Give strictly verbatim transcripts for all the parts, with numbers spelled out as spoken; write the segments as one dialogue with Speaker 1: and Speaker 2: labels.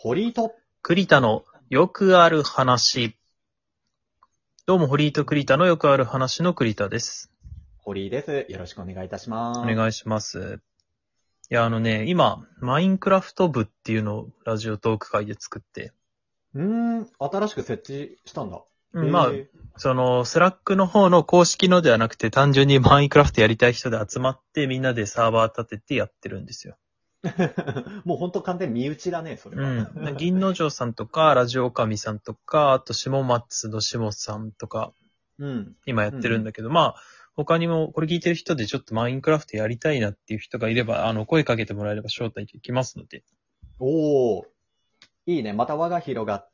Speaker 1: 堀井と
Speaker 2: 栗田のよくある話。どうも、堀井と栗田のよくある話の栗田です。
Speaker 1: 堀井です。よろしくお願いいたします。
Speaker 2: お願いします。いや、あのね、今、マインクラフト部っていうのをラジオトーク会で作って。
Speaker 1: うーん、新しく設置したんだ。
Speaker 2: うん、まあ、その、スラックの方の公式のではなくて、単純にマインクラフトやりたい人で集まって、みんなでサーバー立ててやってるんですよ。
Speaker 1: もうほんと完全身内だね、それは。
Speaker 2: うん。銀之丞さんとか、ラジオ神さんとか、あと、下松の下さんとか、
Speaker 1: うん。
Speaker 2: 今やってるんだけど、うん、まあ、他にも、これ聞いてる人でちょっとマインクラフトやりたいなっていう人がいれば、あの、声かけてもらえれば招待できますので。
Speaker 1: おー。いいね。また輪が広がって、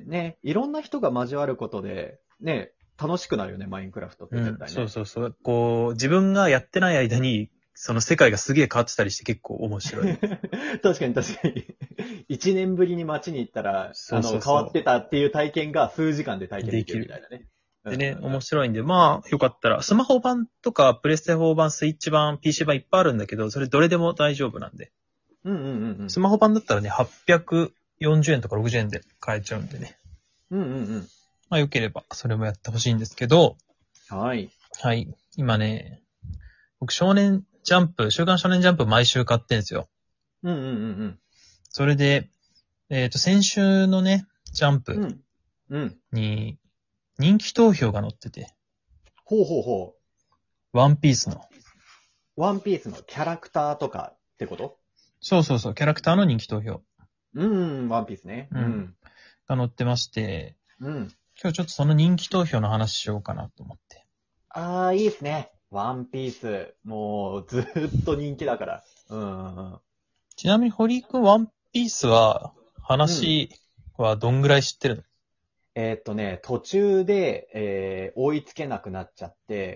Speaker 1: ね、いろんな人が交わることで、ね、楽しくなるよね、マインクラフトって絶対ね。
Speaker 2: うん、そうそうそう。こう、自分がやってない間に、その世界がすげえ変わってたりして結構面白い。
Speaker 1: 確かに確かに。一年ぶりに街に行ったら、
Speaker 2: そうそうそう、
Speaker 1: あの、変わってたっていう体験が数時間で体験できるみたいなね。
Speaker 2: でね、面白いんで、まあ、よかったら、スマホ版とか、プレステフォー版、スイッチ版、ピーシー 版いっぱいあるんだけど、それどれでも大丈夫なんで。
Speaker 1: うんうんうんうん。
Speaker 2: スマホ版だったらね、はっぴゃくよんじゅうえんとかろくじゅうえんで買えちゃうんでね。
Speaker 1: うんうんうん。
Speaker 2: まあ、よければ、それもやってほしいんですけど、
Speaker 1: はい。
Speaker 2: はい。今ね、僕、少年ジャンプ、週刊少年ジャンプ毎週買ってんですよ。
Speaker 1: うんうんうんうん。
Speaker 2: それで、えっと、先週のね、ジャンプ
Speaker 1: うん。うん。
Speaker 2: に人気投票が載ってて。
Speaker 1: ほうほうほ
Speaker 2: う。ワンピースの。
Speaker 1: ワンピースのキャラクターとかってこと？
Speaker 2: そうそうそう、キャラクターの人気投票。
Speaker 1: うん、ワンピースね。
Speaker 2: うん。が載ってまして、
Speaker 1: うん。
Speaker 2: 今日ちょっとその人気投票の話しようかなと思って。
Speaker 1: ああ、いいですね。ワンピース。もう、ずーっと人気だから。うんうんうん。
Speaker 2: ちなみに、堀井くん、ワンピースは、話はどんぐらい知ってるの？
Speaker 1: えーっとね、途中で、えー追いつけなくなっちゃって、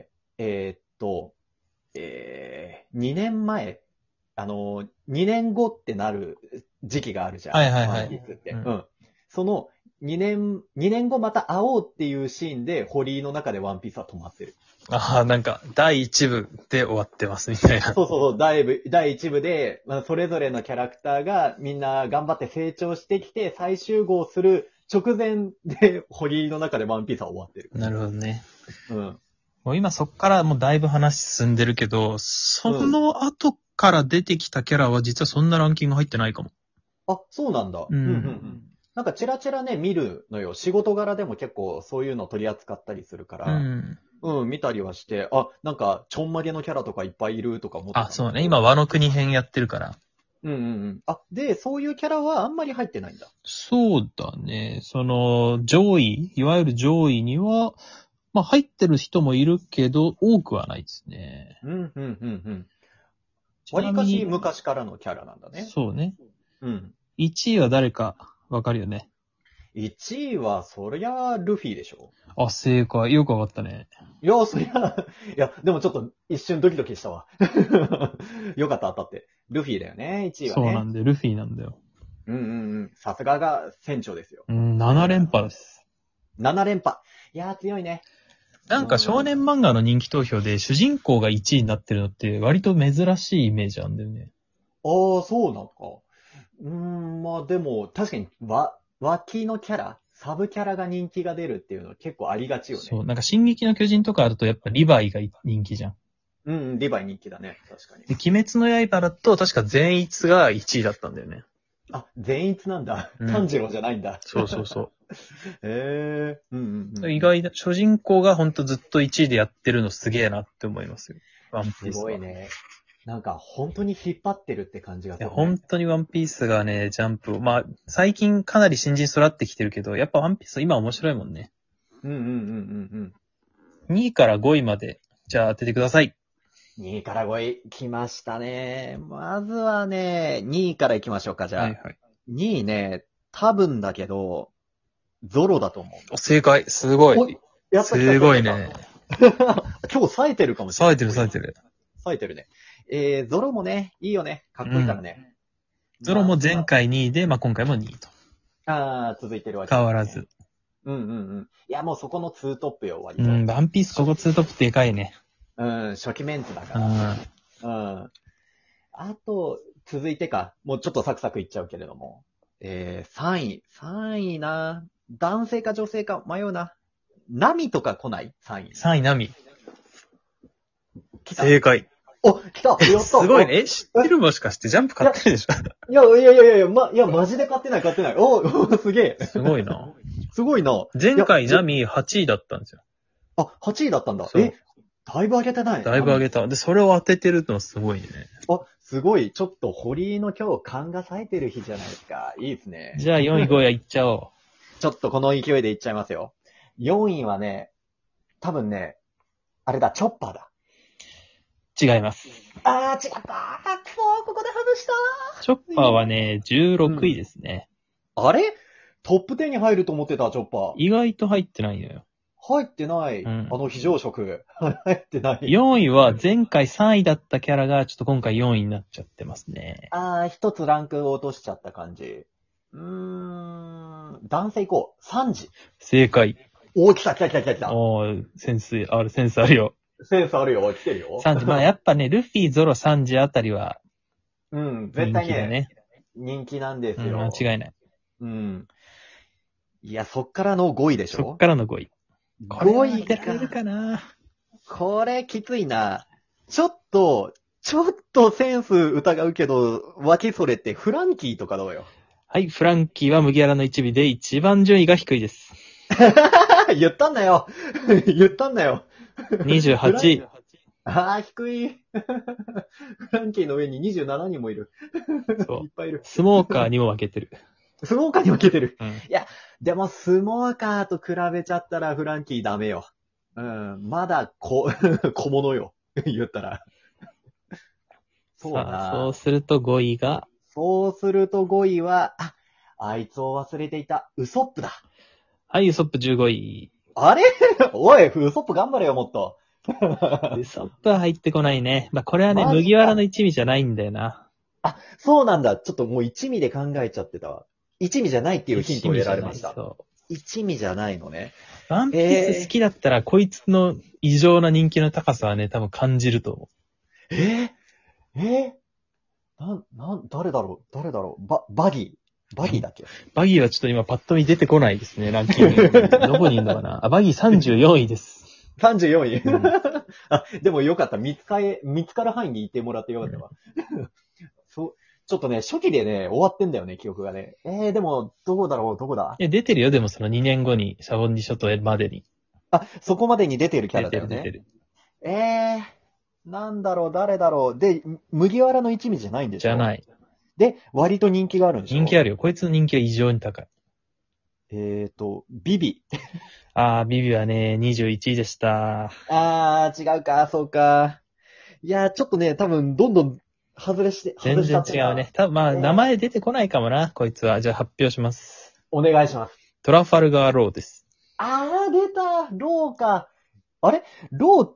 Speaker 1: えーっと、えー、にねんまえ、あの、にねんごってなる時期があるじゃん。
Speaker 2: はいはいはい
Speaker 1: ワンピースって。
Speaker 2: う
Speaker 1: うんん。その、にねん、にねんごまた会おうっていうシーンで、堀井の中でワンピースは止まってる。
Speaker 2: ああ、なんか、だいいち部で終わってますみたいな。
Speaker 1: そうそうそう、だいぶ、だいいち部で、まあ、それぞれのキャラクターがみんな頑張って成長してきて、再集合する直前で、堀井の中でワンピースは終わってる。
Speaker 2: なるほどね。
Speaker 1: うん。
Speaker 2: もう今そっからもうだいぶ話進んでるけど、その後から出てきたキャラは実はそんなランキング入ってないかも。
Speaker 1: あ、そうなんだ。
Speaker 2: うん
Speaker 1: うんうんうん。なんかチラチラね、見るのよ。仕事柄でも結構そういうの取り扱ったりするか
Speaker 2: う
Speaker 1: ら、
Speaker 2: ん。
Speaker 1: うん、見たりはして、あ、なんかちょんまげのキャラとかいっぱいいるとか思ってたん
Speaker 2: あ、
Speaker 1: だけど。
Speaker 2: そうね。今、和の国編やってるから。
Speaker 1: うんうんうん。あ、で、そういうキャラはあんまり入ってないんだ。
Speaker 2: そうだね。その、上位、いわゆる上位には、まあ入ってる人もいるけど、多くはないですね。
Speaker 1: うん、うん、うん、うん。
Speaker 2: ち
Speaker 1: わりかし
Speaker 2: なみに、
Speaker 1: 昔からのキャラなんだね。
Speaker 2: そうね。
Speaker 1: うん。
Speaker 2: いちいは誰かわかるよね。
Speaker 1: いちいは、そりゃ、ルフィでしょ。
Speaker 2: あ、正解。よくわかったね。
Speaker 1: いや、そりゃ、いや、でもちょっと一瞬ドキドキしたわ。よかった、当たって。ルフィだよね、いちいはね。
Speaker 2: そうなんで、ルフィなんだよ。
Speaker 1: うんうんうん。さすがが船長ですよ。
Speaker 2: うん、なな連覇です。
Speaker 1: なな連覇。いやー強いね。
Speaker 2: なんか少年漫画の人気投票で主人公がいちいになってるのって割と珍しいイメージあるんだよね。
Speaker 1: ああ、そうなのか。うーん、まあでも、確かに、わ、脇のキャラ、サブキャラが人気が出るっていうのは結構ありがちよね。
Speaker 2: そう、なんか進撃の巨人とかあるとやっぱリヴァイが人気じゃん。
Speaker 1: うん、リヴァイ人気だね。確かに。
Speaker 2: で、鬼滅の刃だと確か善逸がいちいだったんだよね。
Speaker 1: あ、善逸なんだ。
Speaker 2: うん
Speaker 1: 炭治郎じゃないんだ。
Speaker 2: そうそうそう。
Speaker 1: へえ。うんうんうん。
Speaker 2: 意外だ、主人公がほんとずっといちいでやってるのすげえなって思いますよ。ワンピースは。
Speaker 1: すごいね。なんか、本当に引っ張ってるって感じが
Speaker 2: いや、
Speaker 1: する、ね。
Speaker 2: 本当にワンピースがね、ジャンプを、まあ、最近かなり新人育ってきてるけど、やっぱワンピース今面白いもんね。
Speaker 1: うんうんうんうんうん。
Speaker 2: にいからごいまで、じゃあ当ててください。
Speaker 1: にいからごい来ましたね。まずはね、にいから行きましょうか、じゃあ。
Speaker 2: はいはい。
Speaker 1: にいね、多分だけど、ゾロだと思う。
Speaker 2: お、正解。すごい。
Speaker 1: おやっぱ
Speaker 2: すごいね。
Speaker 1: 今日冴えてるかもしれない。
Speaker 2: 冴えてる冴えてる。
Speaker 1: 冴えてるね。えー、ゾロもね、いいよね。かっこいいからね。
Speaker 2: ゾロも前回にいで、まあ今回もにいと。
Speaker 1: あー、続いてるわけ、ね。
Speaker 2: 変わらず。
Speaker 1: うんうんうん。いや、もうそこのツートップよ、割と。
Speaker 2: うん、ワンピースここツートップでかいね。
Speaker 1: うん、初期メンツだか
Speaker 2: う
Speaker 1: ら。
Speaker 2: ん。
Speaker 1: うん。あと、続いてか。もうちょっとサクサクいっちゃうけれども。 えー、さんい。さんいな。男性か女性か迷うな。ナミとか来ない ?さん 位。
Speaker 2: さんいナミ。
Speaker 1: 来た。
Speaker 2: 正解。
Speaker 1: お、来たやった
Speaker 2: すごいね。え、知ってるもしかしてジャンプ買ってるでしょ？
Speaker 1: いや、いやいやいやいや、ま、いや、マジで買ってない買ってない。お、おすげえ。
Speaker 2: すごいな。
Speaker 1: すごいな。
Speaker 2: 前回
Speaker 1: いや
Speaker 2: ナミはちいだったんですよ。
Speaker 1: あ、はちいだったんだ。
Speaker 2: そう
Speaker 1: え、だいぶ上げてない。
Speaker 2: だいぶ上げた。で、それを当ててるのすごいね。
Speaker 1: あ、すごい。ちょっと、堀井の今日勘が冴えてる日じゃないですか。いいですね。
Speaker 2: じゃあよんいごいはいっちゃお
Speaker 1: ちょっとこの勢いでいっちゃいますよ。よんいはね、多分ね、あれだ、チョッパーだ。
Speaker 2: う。違います。
Speaker 1: あー、違ったー。そう、ここで外した
Speaker 2: チョッパーはね、じゅうろくいですね。
Speaker 1: ー。あれトップじゅうに入ると思ってた、チョッパー。
Speaker 2: 意外と入ってないのよ。
Speaker 1: 入ってない。
Speaker 2: うん
Speaker 1: あの非常食。入ってない。
Speaker 2: よんいは前回さんいだったキャラがちょっと今回よんいになっちゃってますね。
Speaker 1: あー、一つランク落としちゃった感じ。うーん、男性行こう。さんじ。
Speaker 2: 正解。
Speaker 1: おー、来た来た来た来た来た。
Speaker 2: おー、センスある、センスあるよ。
Speaker 1: センスあるよ。来てるよ。
Speaker 2: さんじ。まあやっぱね、ルフィ、ゾロ、サンジあたりは
Speaker 1: うん、絶
Speaker 2: 人
Speaker 1: 対ね、
Speaker 2: 気だね。
Speaker 1: 人気なんです
Speaker 2: うん、
Speaker 1: よ。
Speaker 2: 間違いない。
Speaker 1: うん。いや、そっからのごいでしょ
Speaker 2: そっからのごい。これ
Speaker 1: ご
Speaker 2: はい当てられる
Speaker 1: か。
Speaker 2: かな。
Speaker 1: これきついな。ちょっと、ちょっとセンス疑うけど、脇それってフランキーとかどうよ。
Speaker 2: はい、フランキーは麦わらの一尾で一番順位が低いです。
Speaker 1: 言ったんだよ。言ったんだよ。
Speaker 2: にじゅうはちい。
Speaker 1: ああ、低い。フランキーの上ににじゅうななにんもいる。
Speaker 2: そ
Speaker 1: いっぱいいる。
Speaker 2: スモーカーにも負けてる。
Speaker 1: スモーカーに分けてる。
Speaker 2: うん。
Speaker 1: でも、スモーカーと比べちゃったらフランキーダメよ。うん。まだ、こ、小物よ。言ったら。そう
Speaker 2: さあ、
Speaker 1: な。
Speaker 2: そうするとごいが、
Speaker 1: そうするとごいは、あ、あいつを忘れていた。ウソップだ。
Speaker 2: はい、ウソップじゅうごい。
Speaker 1: あれおい、ウソップ頑張れよ、もっと。
Speaker 2: ウソップは入ってこないね。まあ、これはね、
Speaker 1: マジか
Speaker 2: 麦わらの一味じゃないんだよな。
Speaker 1: あ、そうなんだ。ちょっともう一味で考えちゃってたわ。一味じゃないっていうヒントを入れられました。
Speaker 2: そう。
Speaker 1: 一味じゃないのね。
Speaker 2: ワンピース好きだったら、こいつの異常な人気の高さはね、多分感じると思
Speaker 1: えー、えー、なん、なん、誰だろう誰だろうバ、バギー。バギーだっけ
Speaker 2: う。バギーはちょっと今パッと見出てこないですね、ランキング。どこにいるのかなあ、バギーさんじゅうよんいです。
Speaker 1: さんじゅうよんい。
Speaker 2: うん
Speaker 1: あ、でもよかった。見つかえ、見つかる範囲にいてもらってよかったわ。そう、ちょっとね、初期でね、終わってんだよね、記憶がね。えー、でも、どこだろうどこだ
Speaker 2: いや、出てるよ、でもそのにねんごに、シャボンディ諸島までに。
Speaker 1: あ、そこまでに出てるキャ
Speaker 2: 出てる、
Speaker 1: ラだよね。
Speaker 2: 出てる。
Speaker 1: えー、なんだろう、誰だろう。で、麦わらの一味じゃないんでしょ。
Speaker 2: じゃないい。
Speaker 1: で、割と人気があるんでしょ。
Speaker 2: 人気あるよ。こいつの人気は異常に高い。
Speaker 1: えーと、ビビ。
Speaker 2: あー、ビビはね、にじゅういちいでした。
Speaker 1: あー、違うか、そうか。いやー、ちょっとね、多分、どんどん外れして、
Speaker 2: 全
Speaker 1: 外しちゃってた
Speaker 2: 然違うね。多分まあ、
Speaker 1: えー
Speaker 2: 名前出てこないかもな、こいつは。じゃあ発表します。
Speaker 1: お願いします。
Speaker 2: トラファルガーローです。
Speaker 1: あー、出たローか。あれローって、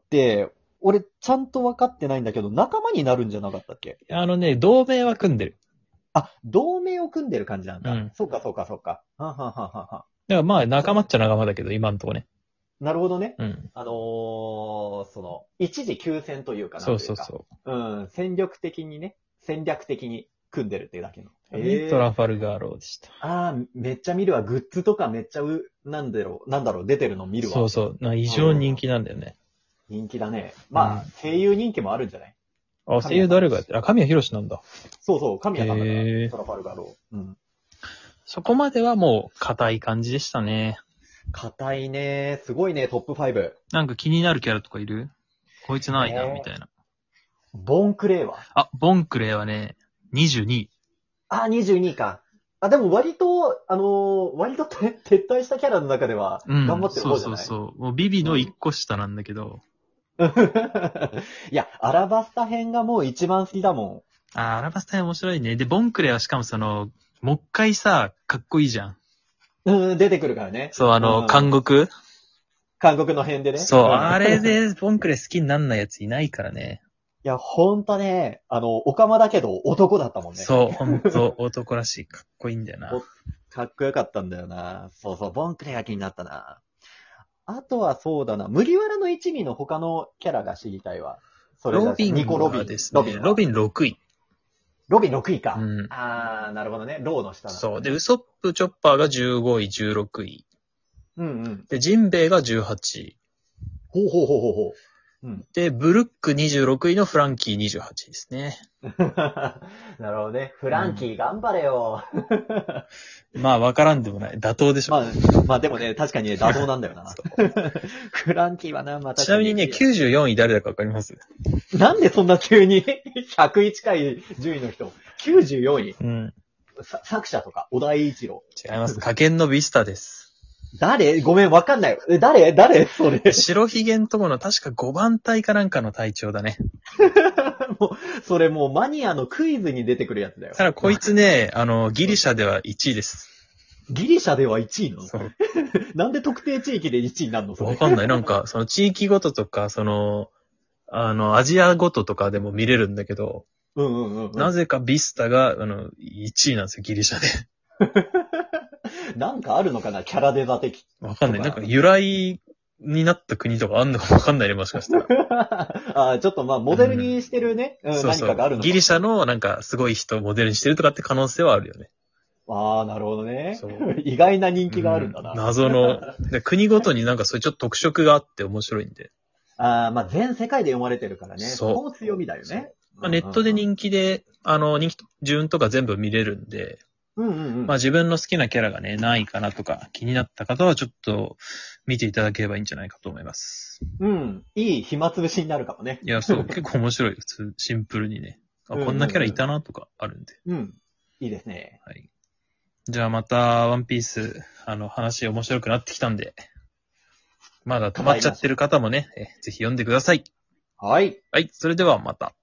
Speaker 1: 俺、ちゃんと分かってないんだけど、仲間になるんじゃなかったっけ
Speaker 2: あのね、同盟は組んでる。
Speaker 1: あ、同盟を組んでる感じなんだ。
Speaker 2: うん
Speaker 1: そうか、そうか、そうか。はんはんはんはんはん。
Speaker 2: だからまあ、仲間っちゃ仲間だけど、今んとこね。
Speaker 1: なるほどね。
Speaker 2: うん。
Speaker 1: あのー、その、一時休戦というかな
Speaker 2: そう
Speaker 1: というか。
Speaker 2: そうそ
Speaker 1: うん、戦力的にね、戦略的に組んでるっていうだけの。
Speaker 2: う。でトラファルガーローでした。
Speaker 1: あー、めっちゃ見るわ。グッズとかめっちゃう、なんだろう、なんだろう、出てるの見るわ。
Speaker 2: そうそう。な異常に人気なんだよね。
Speaker 1: 人気だね。まあ、
Speaker 2: うん
Speaker 1: 声優人気もあるんじゃない
Speaker 2: あ、声優誰がやってるあ、神谷博史なんだ。
Speaker 1: そうそう、神谷さんだから、
Speaker 2: へー
Speaker 1: トラファルガーロー。うん。
Speaker 2: そこまではもう、硬い感じでしたね。
Speaker 1: 硬いね。すごいね、トップファイブ。
Speaker 2: なんか気になるキャラとかいるこいつないな、
Speaker 1: えー
Speaker 2: みたいな。
Speaker 1: ボンクレイは
Speaker 2: あ、ボンクレーはね、にじゅうにい。
Speaker 1: あ、にじゅうにいか。あ、でも割と、あのー割とて撤退したキャラの中では、
Speaker 2: うん。
Speaker 1: 頑張ってる方じゃない、
Speaker 2: そうそうそう。もうビビのいっこ下なんだけど。
Speaker 1: いや、アラバスタ編がもう一番好きだも
Speaker 2: あー、アラバスタ面白いね。で、ボンクレーはしかもその、もう一回さ、かっこいいじゃん。
Speaker 1: ん。うん、出てくるからね。
Speaker 2: そう、あの、
Speaker 1: うん
Speaker 2: 監獄
Speaker 1: 韓国の編でね。
Speaker 2: そう、
Speaker 1: ん
Speaker 2: あれでボンクレー好きになんないやついないからね。
Speaker 1: いや、ほんとね、あの、オカマだけど男だったもんね。
Speaker 2: そう、ほんと、男らしい。かっこいいんだよな。
Speaker 1: おかっこよかったんだよな。そうそう、ボンクレが気になったな。あとはそうだな、麦わらの一味の他のキャラが知りたいわ。それだ
Speaker 2: ロビン
Speaker 1: ニコロビン。
Speaker 2: はですね、
Speaker 1: は
Speaker 2: ロビンろくい。
Speaker 1: ロビンろくいか。
Speaker 2: うん
Speaker 1: あー、なるほどね。ローの下だ、ね。
Speaker 2: そう。で、ウソップ・チョッパーがじゅうごい、じゅうろくい。
Speaker 1: うんうん。
Speaker 2: で、ジンベエがじゅうはちい。
Speaker 1: ほうほうほうほうほう。うん。
Speaker 2: で、ブルックにじゅうろくいのフランキーにじゅうはちいですね。
Speaker 1: なるほどね。フランキー頑張れよ。
Speaker 2: まあ、わからんでもない。妥当でしょ。
Speaker 1: まあ、まあでもね、確かにね、妥当なんだよな。フランキーはな、まあ確か
Speaker 2: ちなみにね、きゅうじゅうよんい誰だかわかります？
Speaker 1: なんでそんな急にひゃくい近い順位の人。きゅうじゅうよんい。
Speaker 2: うん。
Speaker 1: さ作者とか、小田栄一郎。
Speaker 2: 違います。加減のビスタです。
Speaker 1: 誰ごめん、わかんない。え、誰誰それ。
Speaker 2: 白ひげんとこの確かごばん隊かなんかの隊長だね。
Speaker 1: もう、それもうマニアのクイズに出てくるやつだよ。
Speaker 2: ただこいつね、あの、ギリシャではいちいです。
Speaker 1: ギリシャではいちいなの
Speaker 2: そう。
Speaker 1: なんで特定地域でいちいになるのそれ。
Speaker 2: わかんない。なんか、その地域ごととか、その、あの、アジアごととかでも見れるんだけど、
Speaker 1: うんうんうん、うん。
Speaker 2: なぜかビスタが、あの、いちいなんですよ、ギリシャで。
Speaker 1: なんかあるのかなキャラデザ的。
Speaker 2: わかんない。なんか由来になった国とかあんのかわかんないね、もしかしたら。
Speaker 1: あちょっとまあ、モデルにしてるね、うん、
Speaker 2: そうそう
Speaker 1: 何かがあるのか。
Speaker 2: ギリシャのなんかすごい人をモデルにしてるとかって可能性はあるよね。
Speaker 1: ああ、なるほどね
Speaker 2: そう。
Speaker 1: 意外な人気があるんだな。
Speaker 2: うん謎の、で国ごとになんかそういうちょっと特色があって面白いんで。
Speaker 1: ああ、まあ全世界で読まれてるからね。
Speaker 2: そう
Speaker 1: そこも強みだよね。
Speaker 2: まあ、ネットで人気で、あの、人気順とか全部見れるんで、
Speaker 1: うんうんうん。
Speaker 2: まあ自分の好きなキャラがね、何位かなとか気になった方はちょっと見ていただければいいんじゃないかと思います。
Speaker 1: うん。いい暇つぶしになるかもね。
Speaker 2: いや、そう、結構面白い。普通、シンプルにね。あ、こんなキャラいたなとかあるんで。
Speaker 1: うん。いいですね。
Speaker 2: はい。じゃあまた、ワンピース、あの、話面白くなってきたんで、まだ溜まっちゃってる方もね、えぜひ読んでください。
Speaker 1: はい。
Speaker 2: はい、それではまた。